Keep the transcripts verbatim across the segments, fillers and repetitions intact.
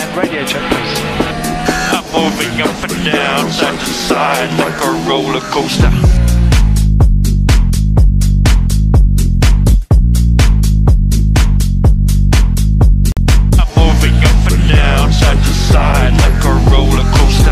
Radio check, please. I'm moving up and down, side to side, like a roller coaster. I'm moving up and down, side to side, like a roller coaster.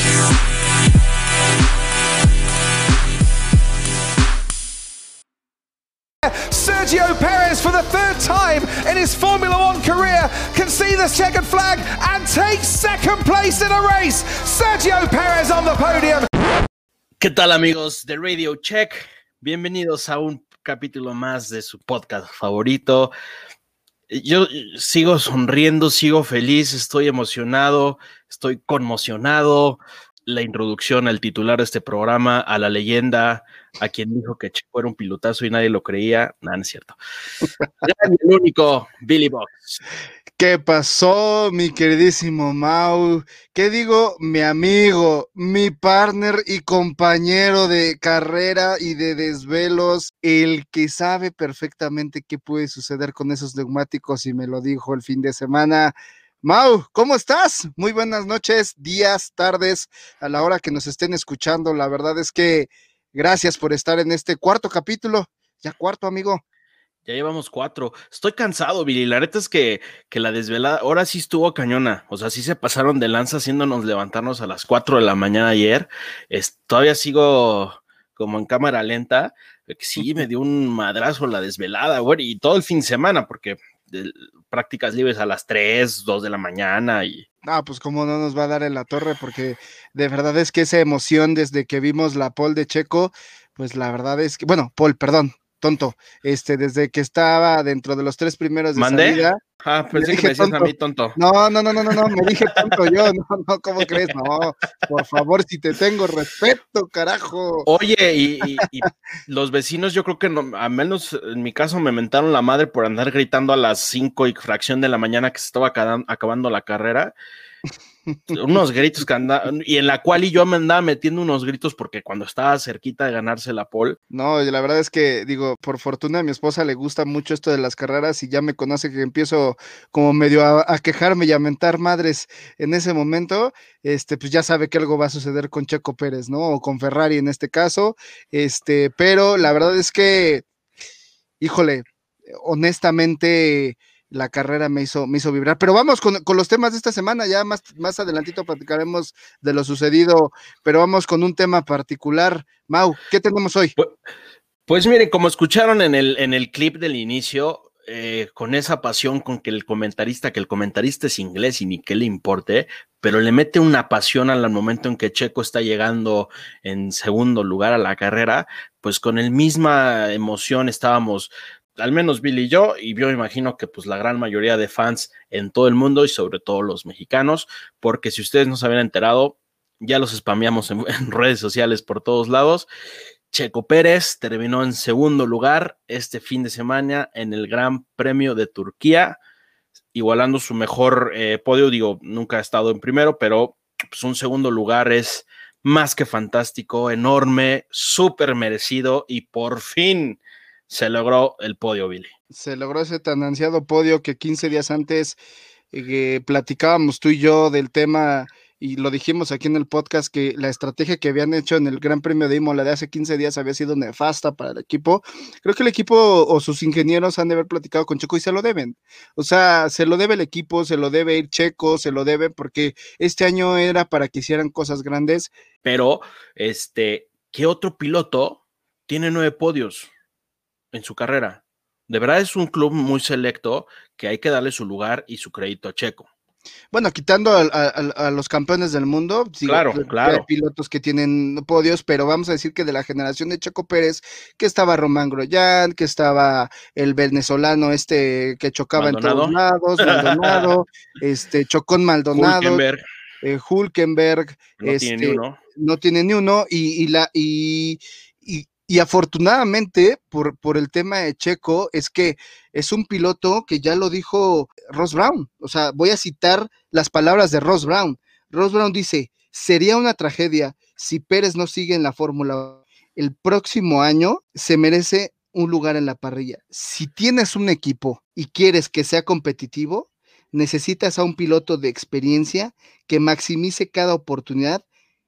Sergio Perez, for the third time in his Formula One career, can see the checkered flag and take second place in a race. Sergio Perez on the podium. ¿Qué tal, amigos de Radio Check? Bienvenidos a un capítulo más de su podcast favorito. Yo sigo sonriendo, sigo feliz, estoy emocionado, estoy conmocionado. La introducción al titular de este programa, a la leyenda, a quien dijo que Checo era un pilotazo y nadie lo creía. No, no es cierto. El único, Billy Box. ¿Qué pasó, mi queridísimo Mau? ¿Qué digo? Mi amigo, mi partner y compañero de carrera y de desvelos, el que sabe perfectamente qué puede suceder con esos neumáticos y me lo dijo el fin de semana. Mau, ¿cómo estás? Muy buenas noches, días, tardes, a la hora que nos estén escuchando. La verdad es que gracias por estar en este cuarto capítulo. Ya cuarto, amigo. Ya llevamos cuatro. Estoy cansado, Billy. La neta es que, que la desvelada ahora sí estuvo cañona. O sea, sí se pasaron de lanza haciéndonos levantarnos a las cuatro de la mañana ayer. Es, todavía sigo como en cámara lenta. Sí, me dio un madrazo la desvelada, güey. Y todo el fin de semana, porque de, prácticas libres a las tres, dos de la mañana y... Ah, pues cómo no nos va a dar en la torre, porque de verdad es que esa emoción desde que vimos la pole de Checo, pues la verdad es que, bueno, pole, perdón, tonto, este, desde que estaba dentro de los tres primeros de ¿Mandé? salida. Ah, pensé que me decías a mí tonto. No, no, no, no, no, no, me dije tonto yo, no, no, ¿cómo crees? No, por favor, si te tengo respeto, carajo. Oye, y, y, y los vecinos, yo creo que no, al menos en mi caso me mentaron la madre por andar gritando a las cinco y fracción de la mañana que se estaba acabando la carrera. Unos gritos que andaban, y en la cual y yo me andaba metiendo unos gritos porque cuando estaba cerquita de ganarse la pole. No, la verdad es que, digo, por fortuna a mi esposa le gusta mucho esto de las carreras y ya me conoce que empiezo como medio a, a quejarme y a mentar madres en ese momento, este, pues ya sabe que algo va a suceder con Checo Pérez, ¿no? O con Ferrari en este caso, este, pero la verdad es que, híjole, honestamente... la carrera me hizo, me hizo vibrar, pero vamos con, con los temas de esta semana, ya más, más adelantito platicaremos de lo sucedido, pero vamos con un tema particular. Mau, ¿qué tenemos hoy? Pues, pues miren, como escucharon en el, en el clip del inicio, eh, con esa pasión con que el comentarista, que el comentarista es inglés y ni que le importe, pero le mete una pasión al momento en que Checo está llegando en segundo lugar a la carrera, pues con el misma emoción estábamos, al menos Billy y yo, y yo imagino que pues la gran mayoría de fans en todo el mundo y sobre todo los mexicanos, porque si ustedes no se habían enterado, ya los spameamos en, en redes sociales por todos lados. Checo Pérez terminó en segundo lugar este fin de semana en el Gran Premio de Turquía, igualando su mejor eh, podio. Digo, nunca ha estado en primero, pero pues un segundo lugar es más que fantástico, enorme, súper merecido y por fin se logró el podio, Billy. Se logró ese tan ansiado podio que quince días antes eh, platicábamos tú y yo del tema y lo dijimos aquí en el podcast que la estrategia que habían hecho en el Gran Premio de Imola de hace quince días había sido nefasta para el equipo. Creo que el equipo o sus ingenieros han de haber platicado con Checo y se lo deben. O sea, se lo debe el equipo, se lo debe ir Checo, se lo debe porque este año era para que hicieran cosas grandes. Pero, este, ¿qué otro piloto tiene nueve podios en su carrera? De verdad es un club muy selecto que hay que darle su lugar y su crédito a Checo. Bueno, quitando a, a, a los campeones del mundo, sí, claro, claro. Hay pilotos que tienen podios, pero vamos a decir que de la generación de Checo Pérez, que estaba Román Grosjean, que estaba el venezolano este que chocaba Maldonado. en todos lados, Maldonado, este Chocón Maldonado, Hülkenberg, eh, Hülkenberg, no este, tiene ni uno, no tiene ni uno, y, y la y, y Y afortunadamente, por, por el tema de Checo, es que es un piloto que ya lo dijo Ross Brown. O sea, voy a citar las palabras de Ross Brown. Ross Brown dice, sería una tragedia si Pérez no sigue en la Fórmula. El próximo año se merece un lugar en la parrilla. Si tienes un equipo y quieres que sea competitivo, necesitas a un piloto de experiencia que maximice cada oportunidad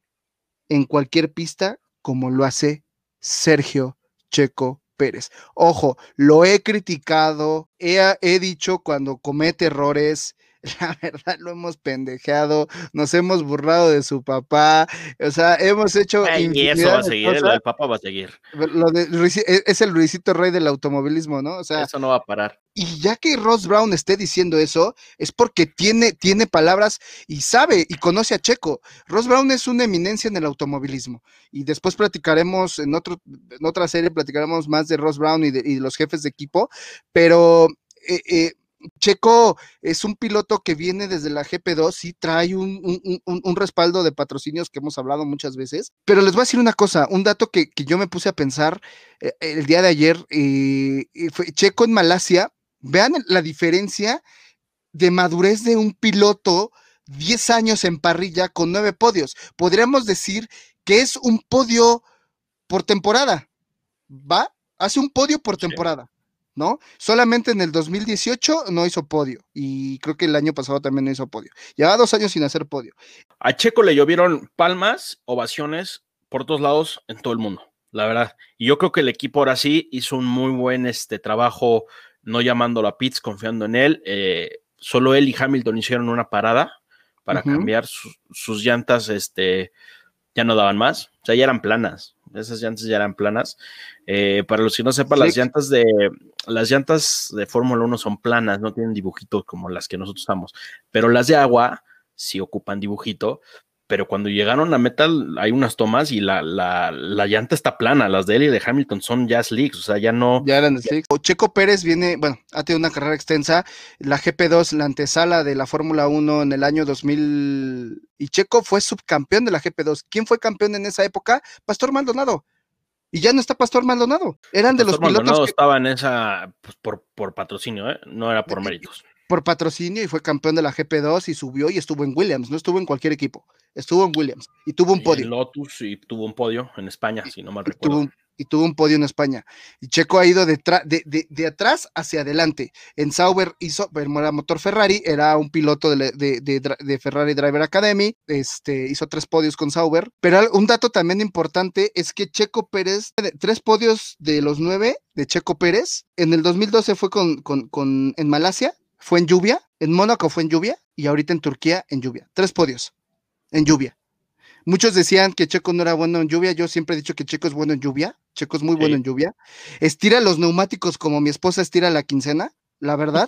en cualquier pista, como lo hace Sergio Checo Pérez. Ojo, lo he criticado, he, he dicho cuando comete errores, la verdad lo hemos pendejeado, nos hemos burlado de su papá, o sea, hemos hecho Ay, y eso va a seguir, lo del papá va a seguir. Lo de, es el Luisito Rey del automovilismo, ¿no? O sea, eso no va a parar. Y ya que Ross Brown esté diciendo eso, es porque tiene, tiene palabras y sabe y conoce a Checo. Ross Brown es una eminencia en el automovilismo. Y después platicaremos, en, otro, en otra serie, platicaremos más de Ross Brown y de, y de los jefes de equipo, pero eh, eh, Checo es un piloto que viene desde la G P dos y trae un, un, un, un respaldo de patrocinios que hemos hablado muchas veces, pero les voy a decir una cosa, un dato que, que yo me puse a pensar eh, el día de ayer, eh, fue Checo en Malasia. Vean la diferencia de madurez de un piloto, diez años en parrilla con nueve podios. Podríamos decir que es un podio por temporada, ¿va? Hace un podio por temporada, ¿no? Solamente en el dos mil dieciocho no hizo podio y creo que el año pasado también no hizo podio. Llevaba dos años sin hacer podio. A Checo le llovieron palmas, ovaciones por todos lados en todo el mundo, la verdad. Y yo creo que el equipo ahora sí hizo un muy buen este, trabajo, no llamándolo a pits, confiando en él. Eh, solo él y Hamilton hicieron una parada para uh-huh. cambiar su, sus llantas, este, ya no daban más, o sea, ya eran planas, esas llantas ya eran planas. Eh, para los que no sepan, sí. las llantas de las llantas de Fórmula uno son planas, no tienen dibujito como las que nosotros usamos, pero las de agua sí ocupan dibujito. Pero cuando llegaron a Metal hay unas tomas y la, la, la llanta está plana, las de él y de Hamilton son ya slicks, o sea, ya no... Ya eran slicks. Checo Pérez viene, bueno, ha tenido una carrera extensa, la G P dos, la antesala de la Fórmula uno en el año dos mil, y Checo fue subcampeón de la G P dos. ¿Quién fue campeón en esa época? Pastor Maldonado. Y ya no está Pastor Maldonado. Eran de los Pastor pilotos Maldonado que... estaba en esa, pues, por, por patrocinio, ¿eh? No era por méritos. Por patrocinio y fue campeón de la G P dos y subió y estuvo en Williams, no estuvo en cualquier equipo, estuvo en Williams y tuvo un y podio. En Lotus y tuvo un podio en España, y, si no mal y recuerdo. Tuvo un, y tuvo un podio en España. Y Checo ha ido de, de, de, de atrás hacia adelante. En Sauber hizo, era motor Ferrari, era un piloto de, de, de, de Ferrari Driver Academy, este, hizo tres podios con Sauber. Pero un dato también importante es que Checo Pérez, tres podios de los nueve de Checo Pérez, en el dos mil doce fue con, con, con en Malasia, fue en lluvia, en Mónaco fue en lluvia y ahorita en Turquía en lluvia. Tres podios en lluvia. Muchos decían que Checo no era bueno en lluvia, yo siempre he dicho que Checo es bueno en lluvia, Checo es muy sí. bueno en lluvia. Estira los neumáticos como mi esposa estira la quincena, la verdad.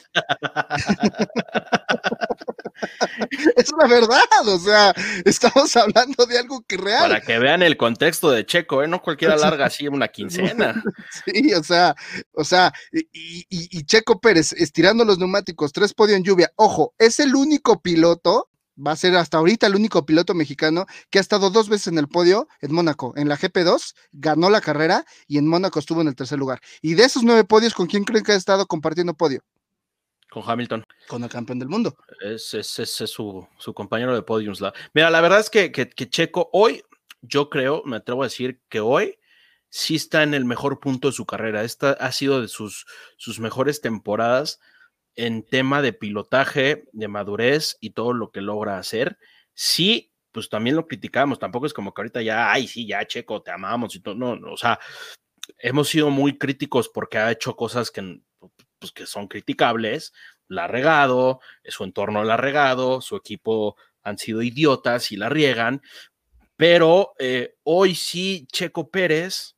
Es la verdad, o sea, estamos hablando de algo que real. Para que vean el contexto de Checo, ¿eh? No cualquiera larga así una quincena. Sí, o sea, o sea, y, y, y Checo Pérez estirando los neumáticos, tres podios en lluvia. Ojo, es el único piloto, va a ser hasta ahorita el único piloto mexicano que ha estado dos veces en el podio en Mónaco. En la G P dos ganó la carrera y en Mónaco estuvo en el tercer lugar. Y de esos nueve podios, ¿con quién creen que ha estado compartiendo podio? Con Hamilton. Con el campeón del mundo. Es, es, es, es su, su compañero de podiums. La... Mira, la verdad es que, que, que Checo hoy, yo creo, me atrevo a decir que hoy sí está en el mejor punto de su carrera. Esta ha sido de sus, sus mejores temporadas en tema de pilotaje, de madurez y todo lo que logra hacer. Sí, pues también lo criticamos. Tampoco es como que ahorita ya, ay, sí, ya Checo, te amamos y todo. No, no, o sea, hemos sido muy críticos porque ha hecho cosas que... pues que son criticables, la ha regado, su entorno la ha regado, su equipo han sido idiotas y la riegan, pero eh, hoy sí Checo Pérez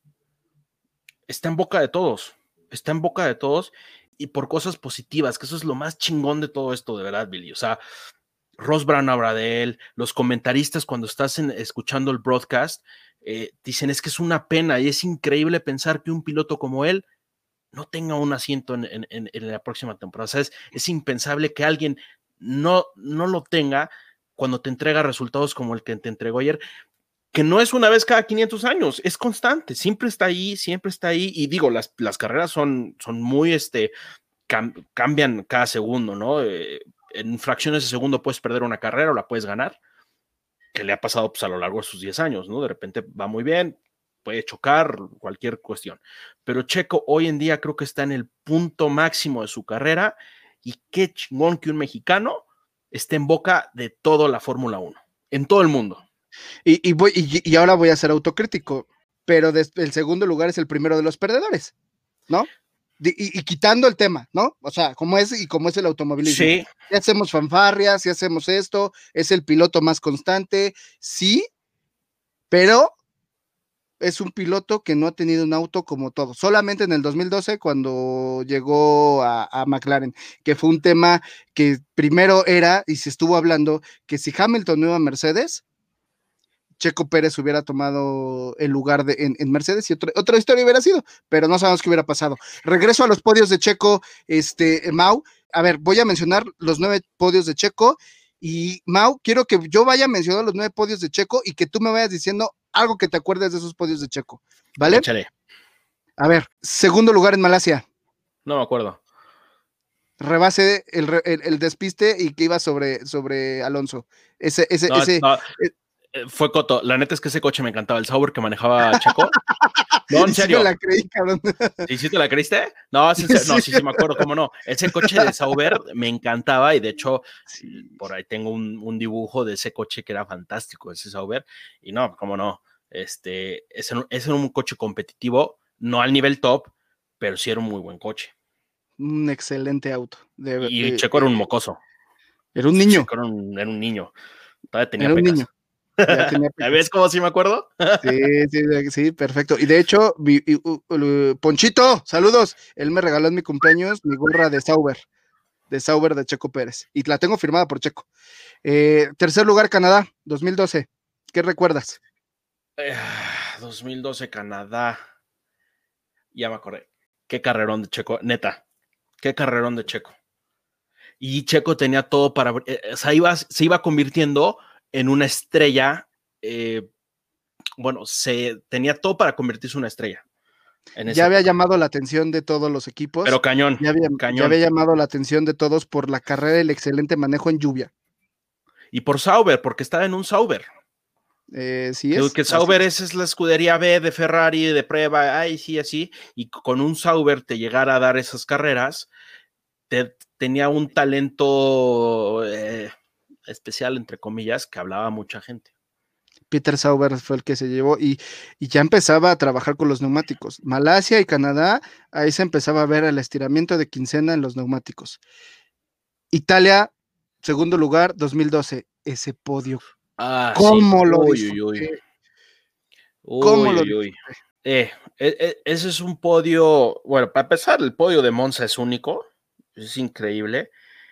está en boca de todos, está en boca de todos y por cosas positivas, que eso es lo más chingón de todo esto, de verdad, Billy. O sea, Ross Brown habla de él, los comentaristas cuando estás en, escuchando el broadcast, eh, dicen es que es una pena y es increíble pensar que un piloto como él no tenga un asiento en, en, en la próxima temporada. O sea, es, es impensable que alguien no, no lo tenga cuando te entrega resultados como el que te entregó ayer, que no es una vez cada quinientos años, es constante, siempre está ahí, siempre está ahí, y digo, las, las carreras son, son muy, este, cam, cambian cada segundo, ¿no? Eh, en fracciones de segundo puedes perder una carrera o la puedes ganar, que le ha pasado pues, a lo largo de sus diez años, ¿no? De repente va muy bien, puede chocar, cualquier cuestión. Pero Checo hoy en día creo que está en el punto máximo de su carrera y qué chingón que un mexicano esté en boca de toda la Fórmula uno, en todo el mundo. Y, y, voy, y, y ahora voy a ser autocrítico, pero des, el segundo lugar es el primero de los perdedores, ¿no? Y, y, y quitando el tema, ¿no? O sea, como es y como es el automovilismo. Sí. Si hacemos fanfarrias, si hacemos esto, es el piloto más constante, sí, pero es un piloto que no ha tenido un auto como todo. Solamente en el dos mil doce, cuando llegó a, a McLaren, que fue un tema que primero era, y se estuvo hablando, que si Hamilton no iba a Mercedes, Checo Pérez hubiera tomado el lugar de, en, en Mercedes y otra, otra historia hubiera sido, pero no sabemos qué hubiera pasado. Regreso a los podios de Checo, este, Mau. A ver, voy a mencionar los nueve podios de Checo y Mau, quiero que yo vaya a mencionar los nueve podios de Checo y que tú me vayas diciendo algo que te acuerdes de esos podios de Checo, ¿vale? Échale. A ver, segundo lugar en Malasia. No me acuerdo. Rebase el, el, el despiste y que iba sobre, sobre Alonso. Ese, ese, no, ese. No. Eh, Fue Coto. La neta es que ese coche me encantaba, el Sauber que manejaba Checo. No, en serio. Sí me la creí, cabrón. ¿Sí, sí te la creíste? No, sí, sí, no, sí, sí me acuerdo, cómo no. Ese coche de Sauber me encantaba y de hecho sí. por ahí tengo un, un dibujo de ese coche que era fantástico, ese Sauber. Y no, cómo no. Este, ese, ese era un coche competitivo, no al nivel top, pero sí era un muy buen coche. Un excelente auto. De, y eh, Checo era un mocoso. Era un niño. Checo era un, era un niño. Todavía tenía era un pecas. niño. Ya tenía pecas. ¿Ves cómo sí me acuerdo? Sí, sí, sí, perfecto. Y de hecho, mi, y, uh, uh, Ponchito, saludos. Él me regaló en mi cumpleaños mi gorra de Sauber, de Sauber de Checo Pérez. Y la tengo firmada por Checo. Eh, tercer lugar, Canadá, dos mil doce. ¿Qué recuerdas? Eh, dos mil doce, Canadá. Ya me acordé. Qué carrerón de Checo, neta. Qué carrerón de Checo. Y Checo tenía todo para... Eh, o sea, iba, se iba convirtiendo en una estrella. Eh, bueno, se tenía todo para convertirse en una estrella. En ya había época. llamado la atención de todos los equipos. Pero cañón, ya había, cañón. Ya había llamado la atención de todos por la carrera y el excelente manejo en lluvia. Y por Sauber, porque estaba en un Sauber. Eh, sí que, es. Que Sauber es. es la escudería B de Ferrari, de prueba, ay, sí, así. Y con un Sauber te llegara a dar esas carreras, te, tenía un talento eh, especial, entre comillas, que hablaba mucha gente. Peter Sauber fue el que se llevó y, y ya empezaba a trabajar con los neumáticos. Malasia y Canadá, ahí se empezaba a ver el estiramiento de quincena en los neumáticos. Italia, segundo lugar, dos mil doce, ese podio. Ah, ¿Cómo sí. lo uy, disfruté? Uy, uy. ¿Cómo uy, lo uy, uy. Eh, eh, ese es un podio, bueno, para empezar, el podio de Monza es único, es increíble.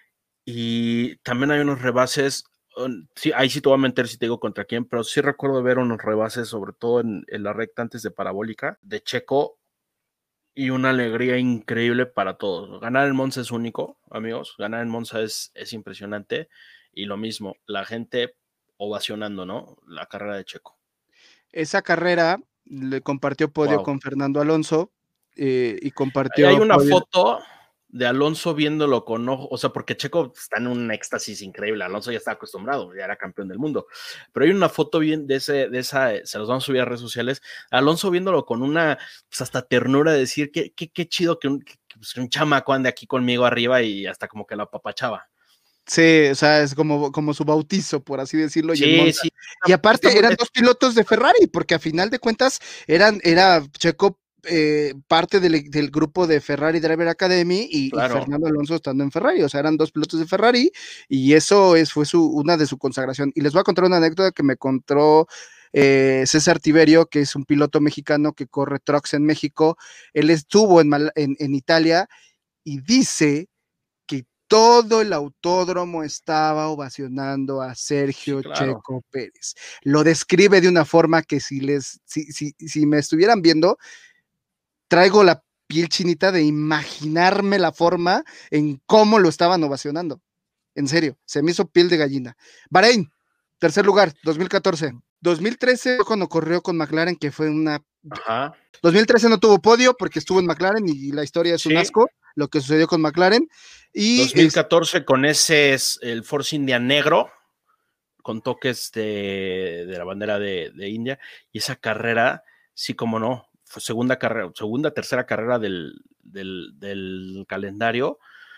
Y también hay unos rebases. Sí, ahí sí te voy a meter si te digo contra quién, pero sí recuerdo ver unos rebases, sobre todo en, en la recta antes de Parabólica, de Checo, y una alegría increíble para todos. Ganar en Monza es único, amigos, ganar en Monza es, es impresionante, y lo mismo, la gente ovacionando, ¿no? La carrera de Checo. Esa carrera le compartió podio wow. con Fernando Alonso, eh, y compartió... Hay una podio... foto de Alonso viéndolo con ojo, o sea, porque Checo está en un éxtasis increíble, Alonso ya está acostumbrado, ya era campeón del mundo, pero hay una foto bien de, ese, de esa, se los vamos a subir a redes sociales, Alonso viéndolo con una, pues hasta ternura, de decir, qué, qué, qué chido que un, que, pues, un chamaco ande aquí conmigo arriba, y hasta como que lo apapachaba. Sí, o sea, es como, como su bautizo, por así decirlo. Sí, y, sí. y aparte eran dos pilotos de Ferrari, porque a final de cuentas eran, era Checo Eh, parte del, del grupo de Ferrari Driver Academy y, claro. y Fernando Alonso estando en Ferrari, o sea, eran dos pilotos de Ferrari y eso es, fue su, una de su consagración. Y les voy a contar una anécdota que me contó eh, César Tiberio, que es un piloto mexicano que corre trucks en México. Él estuvo en, en, en Italia y dice que todo el autódromo estaba ovacionando a Sergio sí, claro. Checo Pérez. Lo describe de una forma que si les, si, si, si me estuvieran viendo, traigo la piel chinita de imaginarme la forma en cómo lo estaban ovacionando. En serio, se me hizo piel de gallina. Bahrein, tercer lugar, dos mil catorce. dos mil trece cuando corrió con McLaren, que fue una... Ajá. dos mil trece no tuvo podio porque estuvo en McLaren y la historia es sí. un asco, lo que sucedió con McLaren. Y dos mil catorce es... con ese es el Force India negro, con toques de, de la bandera de, de India, y esa carrera, sí como no, fue segunda carrera, segunda, tercera carrera del, del, del calendario.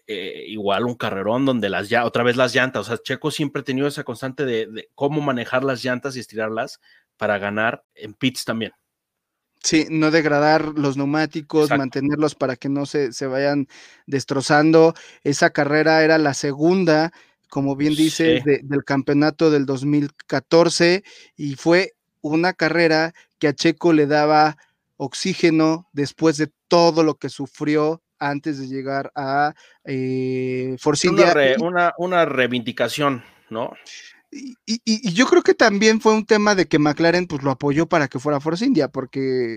eh, igual un carrerón donde las ya otra vez las llantas, o sea, Checo siempre ha tenido esa constante de, de cómo manejar las llantas y estirarlas para ganar en pits también. Sí, no degradar los neumáticos, Exacto. mantenerlos para que no se, se vayan destrozando. Esa carrera era la segunda, como bien dices, Sí. de, del campeonato del dos mil catorce, y fue una carrera que a Checo le daba oxígeno después de todo lo que sufrió antes de llegar a eh, Force Una, India. re, una, una reivindicación, ¿no? Y, y, y yo creo que también fue un tema de que McLaren pues lo apoyó para que fuera Force India, porque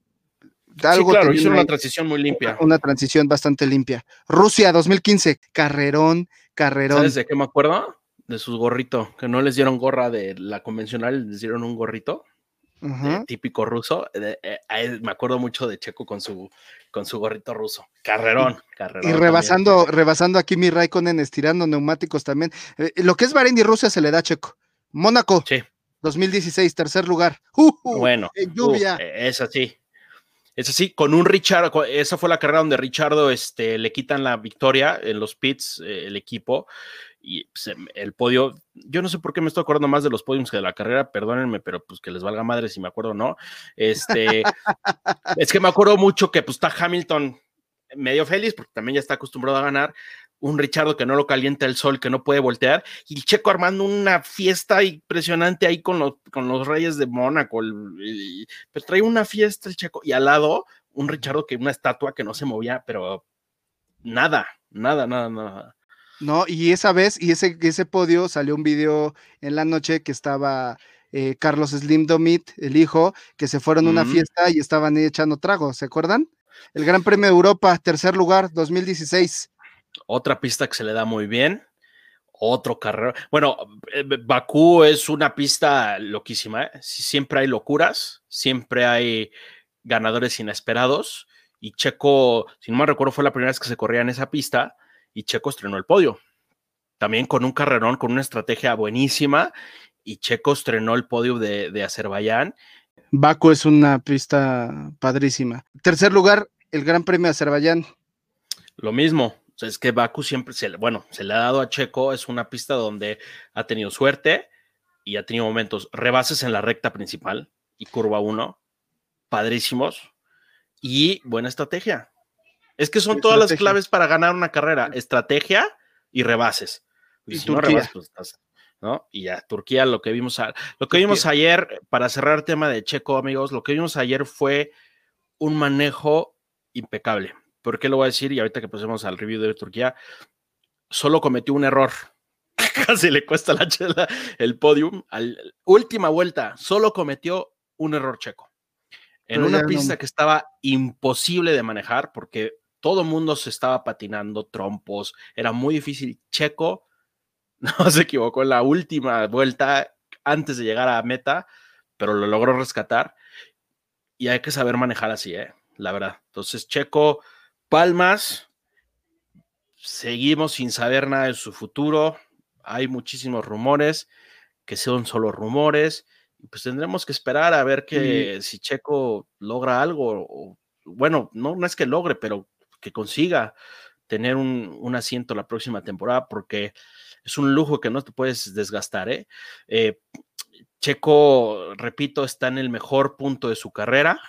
Sí, algo claro, tenían hicieron ahí, una transición muy una, limpia. una transición bastante limpia. Rusia dos mil quince, carrerón, carrerón. ¿Sabes de qué me acuerdo? De sus gorritos, que no les dieron gorra de la convencional, les dieron un gorrito. De Uh-huh. típico ruso, de, eh, eh, me acuerdo mucho de Checo con su, con su gorrito ruso. Carrerón, Y, carrerón y rebasando, también. rebasando aquí mi Raikkonen, estirando neumáticos también. Eh, lo que es Bahrein y Rusia se le da a Checo. Mónaco, sí. dos mil dieciséis, tercer lugar. Uh, uh, bueno, en uh, lluvia. es así. Es así, con un Richard, esa fue la carrera donde Richardo este, le quitan la victoria en los pits, eh, el equipo. Y pues, el podio, yo no sé por qué me estoy acordando más de los podiums que de la carrera, perdónenme, pero pues que les valga madre si me acuerdo o no. Este, es que me acuerdo mucho que pues está Hamilton medio feliz, porque también ya está acostumbrado a ganar, un Richardo que no lo calienta el sol, que no puede voltear, y el Checo armando una fiesta impresionante ahí con los, con los Reyes de Mónaco, el, el, pero trae una fiesta el Checo, y al lado un Richardo que una estatua que no se movía, pero nada, nada, nada, nada. No, y esa vez, y ese, ese podio salió un video en la noche que estaba eh, Carlos Slim Domit, el hijo, que se fueron a una mm. fiesta y estaban ahí echando tragos, ¿se acuerdan? El Gran Premio de Europa, tercer lugar, dos mil dieciséis. Otra pista que se le da muy bien, otro carrera. Bueno, Bakú es una pista loquísima, ¿eh? Siempre hay locuras, siempre hay ganadores inesperados, y Checo, si no me recuerdo, fue la primera vez que se corría en esa pista, y Checo estrenó el podio, también con un carrerón, con una estrategia buenísima, y Checo estrenó el podio de, de Azerbaiyán. Bakú es una pista padrísima. Tercer lugar, el Gran Premio de Azerbaiyán. Lo mismo, o sea, es que Bakú siempre, se, bueno, se le ha dado a Checo, es una pista donde ha tenido suerte y ha tenido momentos, rebases en la recta principal y curva uno, padrísimos, y buena estrategia. Es que son todas las claves para ganar una carrera, estrategia y rebases. Y si no rebasas, pues estás, ¿no? Y ya, Turquía, lo que vimos, a, lo que vimos ayer, para cerrar el tema de Checo, amigos, lo que vimos ayer fue un manejo impecable. ¿Por qué lo voy a decir? Y ahorita que pasemos al review de Turquía, solo cometió un error. Casi le cuesta la chela el podium. A la última vuelta, solo cometió un error Checo. En Pero una pista no... que estaba imposible de manejar porque todo el mundo se estaba patinando, trompos, era muy difícil. Checo no se equivocó en la última vuelta antes de llegar a meta, pero lo logró rescatar. Y hay que saber manejar así, ¿eh? La verdad. Entonces, Checo, palmas, seguimos sin saber nada de su futuro. Hay muchísimos rumores, que son solo rumores. Pues tendremos que esperar a ver que, mm. si Checo logra algo. O, bueno, no, no es que logre, pero que consiga tener un, un asiento la próxima temporada, porque es un lujo que no te puedes desgastar, ¿eh? Eh, Checo, repito, está en el mejor punto de su carrera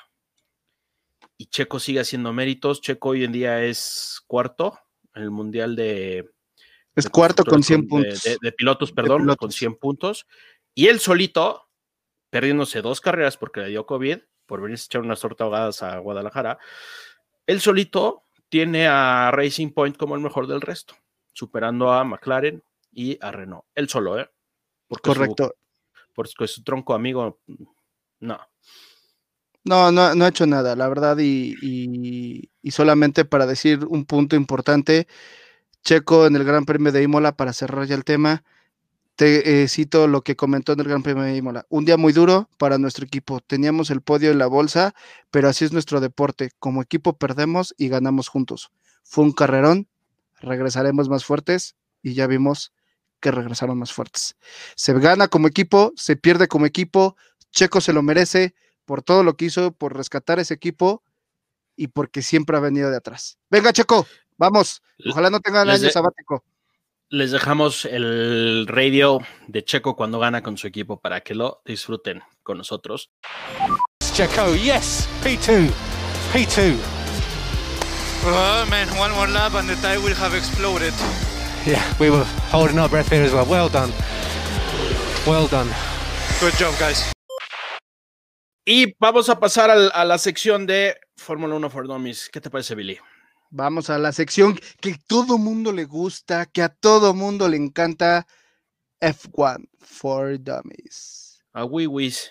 y Checo sigue haciendo méritos. Checo hoy en día es cuarto en el mundial de... Es de cuarto con cien de, puntos. De, de, de pilotos, perdón, de pilotos. Con cien puntos. Y él solito, perdiéndose dos carreras porque le dio COVID, por venirse a echar unas tortas ahogadas a Guadalajara, él solito tiene a Racing Point como el mejor del resto, superando a McLaren y a Renault. Él solo, ¿eh? Porque Correcto. Su, porque su tronco amigo, no. No, no, no ha hecho nada, la verdad, y, y, y solamente para decir un punto importante, Checo en el Gran Premio de Imola, para cerrar ya el tema, te eh, cito lo que comentó en el Gran Premio de Imola: un día muy duro para nuestro equipo, teníamos el podio en la bolsa, pero así es nuestro deporte, como equipo perdemos y ganamos juntos, fue un carrerón, regresaremos más fuertes, y ya vimos que regresaron más fuertes, se gana como equipo, se pierde como equipo, Checo se lo merece, por todo lo que hizo, por rescatar ese equipo, y porque siempre ha venido de atrás. ¡Venga, Checo! Vamos, ojalá no tengan año de sabático. Les dejamos el radio de Checo cuando gana con su equipo para que lo disfruten con nosotros. Checo, yes, P two, P two. Oh man, one more lap and the tire will have exploded. Yeah, we were holding our breath here as well. Well done. Well done. Good job, guys. Y vamos a pasar al, a la sección de Fórmula uno for Dummies. ¿Qué te parece, Billy? Vamos a la sección que a todo mundo le gusta, que a todo mundo le encanta, F uno for Dummies. A wee wees.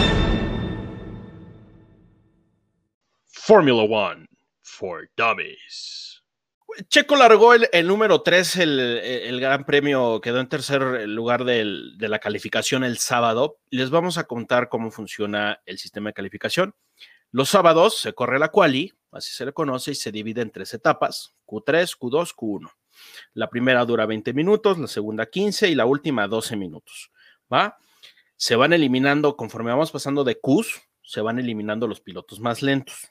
Formula One for Dummies. Checo largó el, el número tres, el, el Gran Premio, quedó en tercer lugar del, de la calificación el sábado. Les vamos a contar cómo funciona el sistema de calificación. Los sábados se corre la quali, así se le conoce, y se divide en tres etapas, Q tres, Q dos, Q uno. La primera dura veinte minutos, la segunda quince y la última doce minutos. ¿Va? Se van eliminando, conforme vamos pasando de Qs, se van eliminando los pilotos más lentos.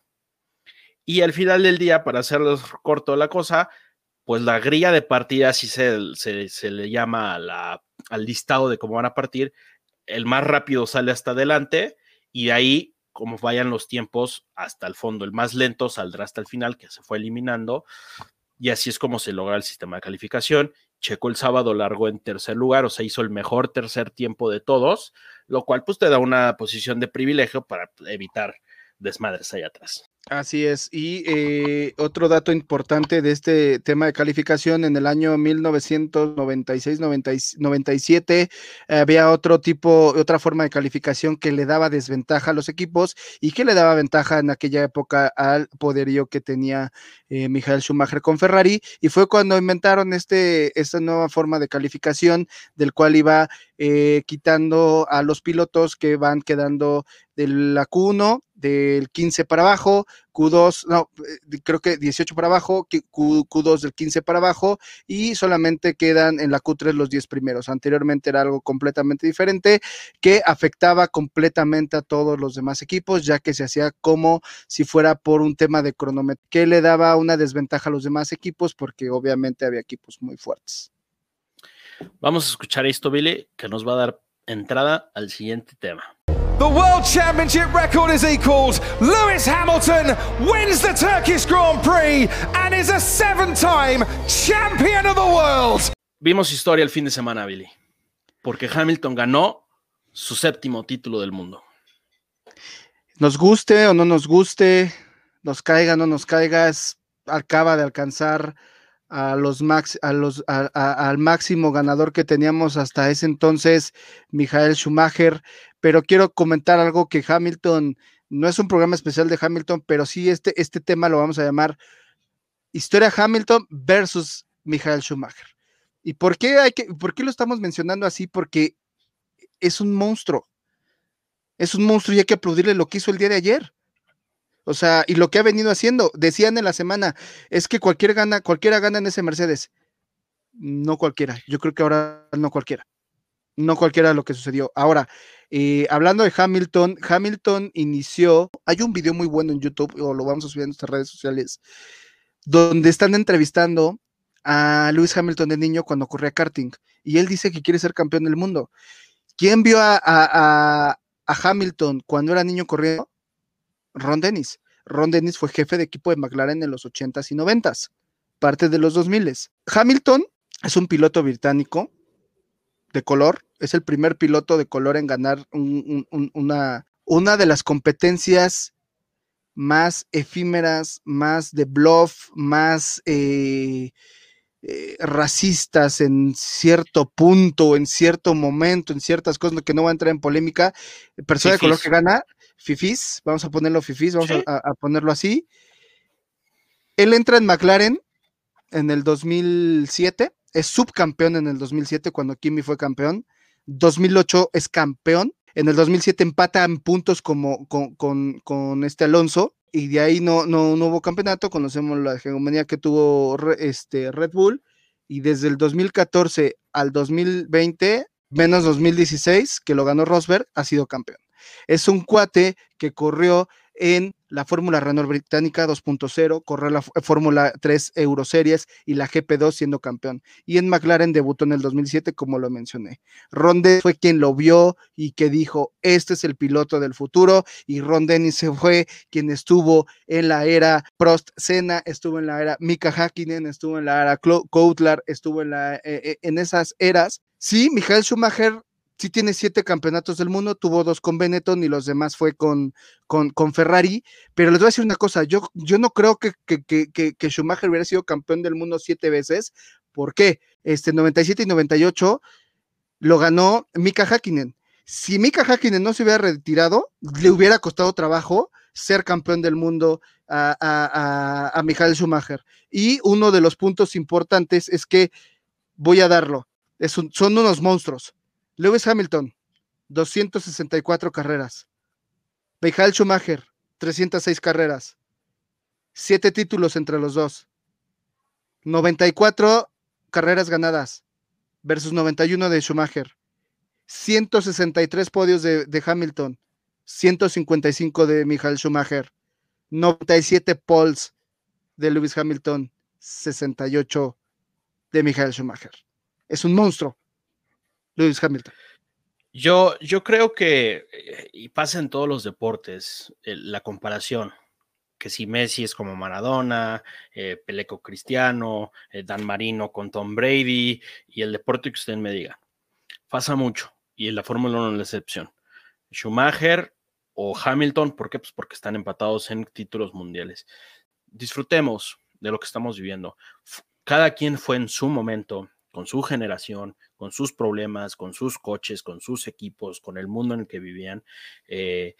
Y al final del día, para hacerles corto la cosa, pues la grilla de partida, así se, se, se le llama a la, al listado de cómo van a partir, el más rápido sale hasta adelante y de ahí, como vayan los tiempos hasta el fondo, el más lento saldrá hasta el final, que se fue eliminando, y así es como se logra el sistema de calificación. Checo el sábado largó en tercer lugar, o sea, hizo el mejor tercer tiempo de todos, lo cual pues te da una posición de privilegio para evitar desmadres ahí atrás. Así es, y eh, otro dato importante de este tema de calificación, en el año mil novecientos noventa y seis noventa y siete eh, había otro tipo, otra forma de calificación que le daba desventaja a los equipos y que le daba ventaja en aquella época al poderío que tenía eh, Michael Schumacher con Ferrari, y fue cuando inventaron este, esta nueva forma de calificación, del cual iba eh, quitando a los pilotos que van quedando de la Q uno, del quince para abajo, Q dos, no, creo que dieciocho para abajo, Q, Q2 del quince para abajo, y solamente quedan en la Q tres los diez primeros. Anteriormente era algo completamente diferente, que afectaba completamente a todos los demás equipos, ya que se hacía como si fuera por un tema de cronómetro, que le daba una desventaja a los demás equipos, porque obviamente había equipos muy fuertes. Vamos a escuchar esto, Billy, que nos va a dar entrada al siguiente tema. The World Championship record is equalled. Lewis Hamilton wins the Turkish Grand Prix and is a seven-time champion of the world. Vimos historia el fin de semana, Billy, porque Hamilton ganó su séptimo título del mundo. Nos guste o no nos guste, nos caiga o no nos caiga, es, acaba de alcanzar a los max, a los, a, a, al máximo ganador que teníamos hasta ese entonces, Michael Schumacher. Pero quiero comentar algo que Hamilton, no es un programa especial de Hamilton, pero sí este, este tema lo vamos a llamar Historia Hamilton versus Michael Schumacher. ¿Y por qué, hay que, por qué lo estamos mencionando así? Porque es un monstruo, es un monstruo y hay que aplaudirle lo que hizo el día de ayer. O sea, y lo que ha venido haciendo. Decían en la semana, es que cualquier gana, cualquiera gana en ese Mercedes. No cualquiera, yo creo que ahora no cualquiera. No cualquiera de lo que sucedió. Ahora, eh, hablando de Hamilton, Hamilton inició, hay un video muy bueno en YouTube, o lo vamos a subir en nuestras redes sociales, donde están entrevistando a Lewis Hamilton de niño cuando corría karting, y él dice que quiere ser campeón del mundo. ¿Quién vio a, a, a, a Hamilton cuando era niño corriendo? Ron Dennis. Ron Dennis fue jefe de equipo de McLaren en los ochentas y noventas, parte de los dos miles. Hamilton es un piloto británico de color, es el primer piloto de color en ganar un, un, una, una de las competencias más efímeras, más de bluff, más eh, eh, racistas en cierto punto, en cierto momento, en ciertas cosas que no va a entrar en polémica. Persona fifís. De color que gana, fifís, vamos a ponerlo fifís, vamos ¿sí? a, a ponerlo así. Él entra en McLaren en el dos mil siete, es subcampeón en el dos mil siete cuando Kimi fue campeón, dos mil ocho es campeón, en el dos mil siete empata en puntos como, con, con, con este Alonso, y de ahí no, no, no hubo campeonato, conocemos la hegemonía que tuvo este Red Bull, y desde el dos mil catorce al dos mil veinte, menos dos mil dieciséis, que lo ganó Rosberg, ha sido campeón. Es un cuate que corrió en la Fórmula Renault Británica dos punto cero, corrió la Fórmula tres Euroseries y la G P dos siendo campeón. Y en McLaren debutó en el dos mil siete, como lo mencioné. Ron Dennis fue quien lo vio y que dijo, este es el piloto del futuro, y Ron Dennis fue quien estuvo en la era Prost Senna, estuvo en la era Mika Häkkinen, estuvo en la era Coulthard, estuvo en, la, eh, en esas eras. Sí, Michael Schumacher sí tiene siete campeonatos del mundo, tuvo dos con Benetton y los demás fue con, con, con Ferrari, pero les voy a decir una cosa, yo, yo no creo que, que, que, que Schumacher hubiera sido campeón del mundo siete veces. ¿Por qué? Este, noventa y siete y noventa y ocho lo ganó Mika Häkkinen. Si Mika Häkkinen no se hubiera retirado, le hubiera costado trabajo ser campeón del mundo a, a, a, a Michael Schumacher. Y uno de los puntos importantes es que, voy a darlo, es un, son unos monstruos. Lewis Hamilton, doscientas sesenta y cuatro carreras. Michael Schumacher, trescientas seis carreras. siete títulos entre los dos. noventa y cuatro carreras ganadas versus noventa y uno de Schumacher. ciento sesenta y tres podios de, de Hamilton. ciento cincuenta y cinco de Michael Schumacher. noventa y siete poles de Lewis Hamilton. sesenta y ocho de Michael Schumacher. Es un monstruo. Lewis Hamilton. Yo, yo creo que, y pasa en todos los deportes, eh, la comparación, que si Messi es como Maradona, eh, Pelé con Cristiano, eh, Dan Marino con Tom Brady, y el deporte que usted me diga. Pasa mucho, y en la Fórmula uno no es la excepción. Schumacher o Hamilton, ¿por qué? Pues porque están empatados en títulos mundiales. Disfrutemos de lo que estamos viviendo. Cada quien fue en su momento, con su generación, con sus problemas, con sus coches, con sus equipos, con el mundo en el que vivían. Eh,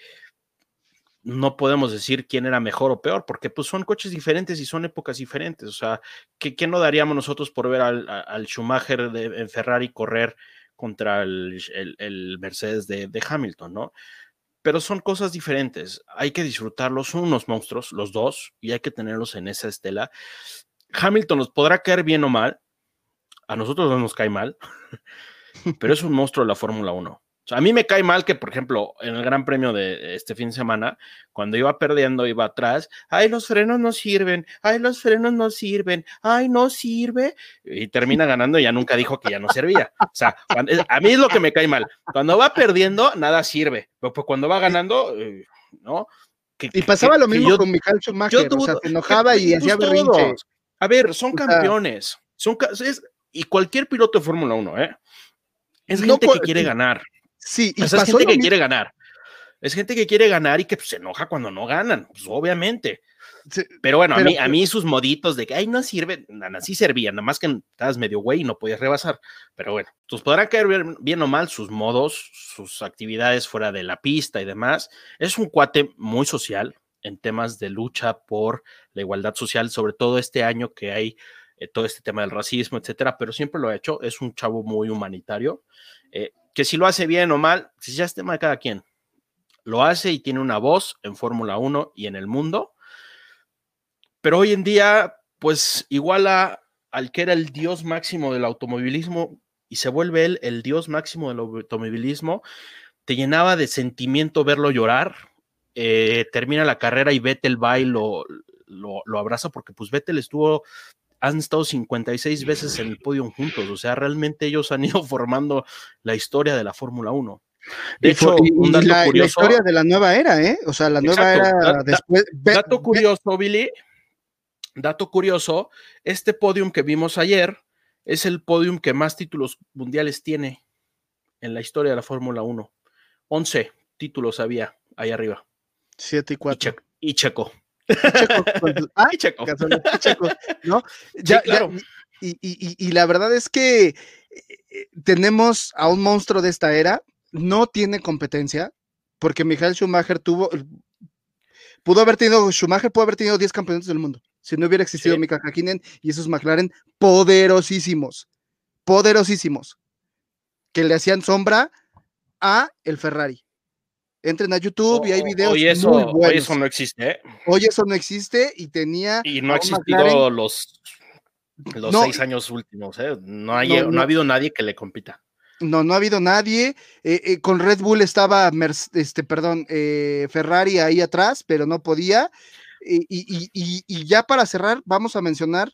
no podemos decir quién era mejor o peor, porque pues son coches diferentes y son épocas diferentes. O sea, ¿qué, qué no daríamos nosotros por ver al, al Schumacher de, en Ferrari correr contra el, el, el Mercedes de, de Hamilton, ¿no? Pero son cosas diferentes. Hay que disfrutarlos, son unos monstruos, los dos, y hay que tenerlos en esa estela. Hamilton nos podrá caer bien o mal, a nosotros no nos cae mal, pero es un monstruo de la Fórmula uno. O sea, a mí me cae mal que, por ejemplo, en el Gran Premio de este fin de semana, cuando iba perdiendo, iba atrás, ay, los frenos no sirven, ay, los frenos no sirven, ay, no sirve, y termina ganando y ya nunca dijo que ya no servía. O sea, cuando, a mí es lo que me cae mal. Cuando va perdiendo, nada sirve, pero pues cuando va ganando, eh, ¿no? Que, y pasaba que, lo mismo yo, con Michael Schumacher, dudo, o sea, se enojaba que, y hacía pues berrinche. A ver, son o sea, campeones, son, es, y cualquier piloto de Fórmula uno, ¿eh? Es no gente que quiere sí, ganar. Sí, y o sea, es gente que mismo. quiere ganar. Es gente que quiere ganar y que pues, se enoja cuando no ganan, pues obviamente. Sí, pero bueno, pero, a mí, a mí sus moditos de que, ay, no sirve, nada, sí servían, nada más que estabas medio güey y no podías rebasar. Pero bueno, pues podrán caer bien, bien o mal sus modos, sus actividades fuera de la pista y demás. Es un cuate muy social en temas de lucha por la igualdad social, sobre todo este año que hay eh, todo este tema del racismo, etcétera, pero siempre lo ha hecho. Es un chavo muy humanitario, eh, que si lo hace bien o mal, si ya es tema de cada quien. Lo hace y tiene una voz en Fórmula uno y en el mundo, pero hoy en día, pues iguala al que era el dios máximo del automovilismo y se vuelve él el dios máximo del automovilismo. Te llenaba de sentimiento verlo llorar. Eh, termina la carrera y Vettel va y lo, lo, lo abraza, porque pues Vettel estuvo, han estado cincuenta y seis veces en el podio juntos. O sea, realmente ellos han ido formando la historia de la Fórmula uno. De y hecho, y, un dato la, curioso. La historia de la nueva era, ¿eh? O sea, la nueva Exacto. era da, después. Da, dato curioso, Billy. Dato curioso. Este podium que vimos ayer es el podium que más títulos mundiales tiene en la historia de la Fórmula uno. once títulos había ahí arriba. siete y cuatro. Y Checo. Y Checo. Ah, y Checo. Y Checo, ¿no? Ya, sí, claro. Ya, y, y, y, y la verdad es que tenemos a un monstruo de esta era. No tiene competencia, porque Michael Schumacher tuvo, pudo haber tenido, Schumacher pudo haber tenido diez campeonatos del mundo, si no hubiera existido sí. Mika Häkkinen y esos McLaren poderosísimos, poderosísimos, que le hacían sombra a el Ferrari. Entren a YouTube oh, y hay videos hoy eso, muy buenos. Hoy eso no existe, ¿eh? Hoy eso no existe y tenía... Y no ha existido McLaren, los, los no, seis años últimos, ¿eh? No, hay, no, no. no ha habido nadie que le compita. No, no ha habido nadie. Eh, eh, con Red Bull estaba, Merce- este, perdón, eh, Ferrari ahí atrás, pero no podía. Y, y- y- y ya para cerrar, vamos a mencionar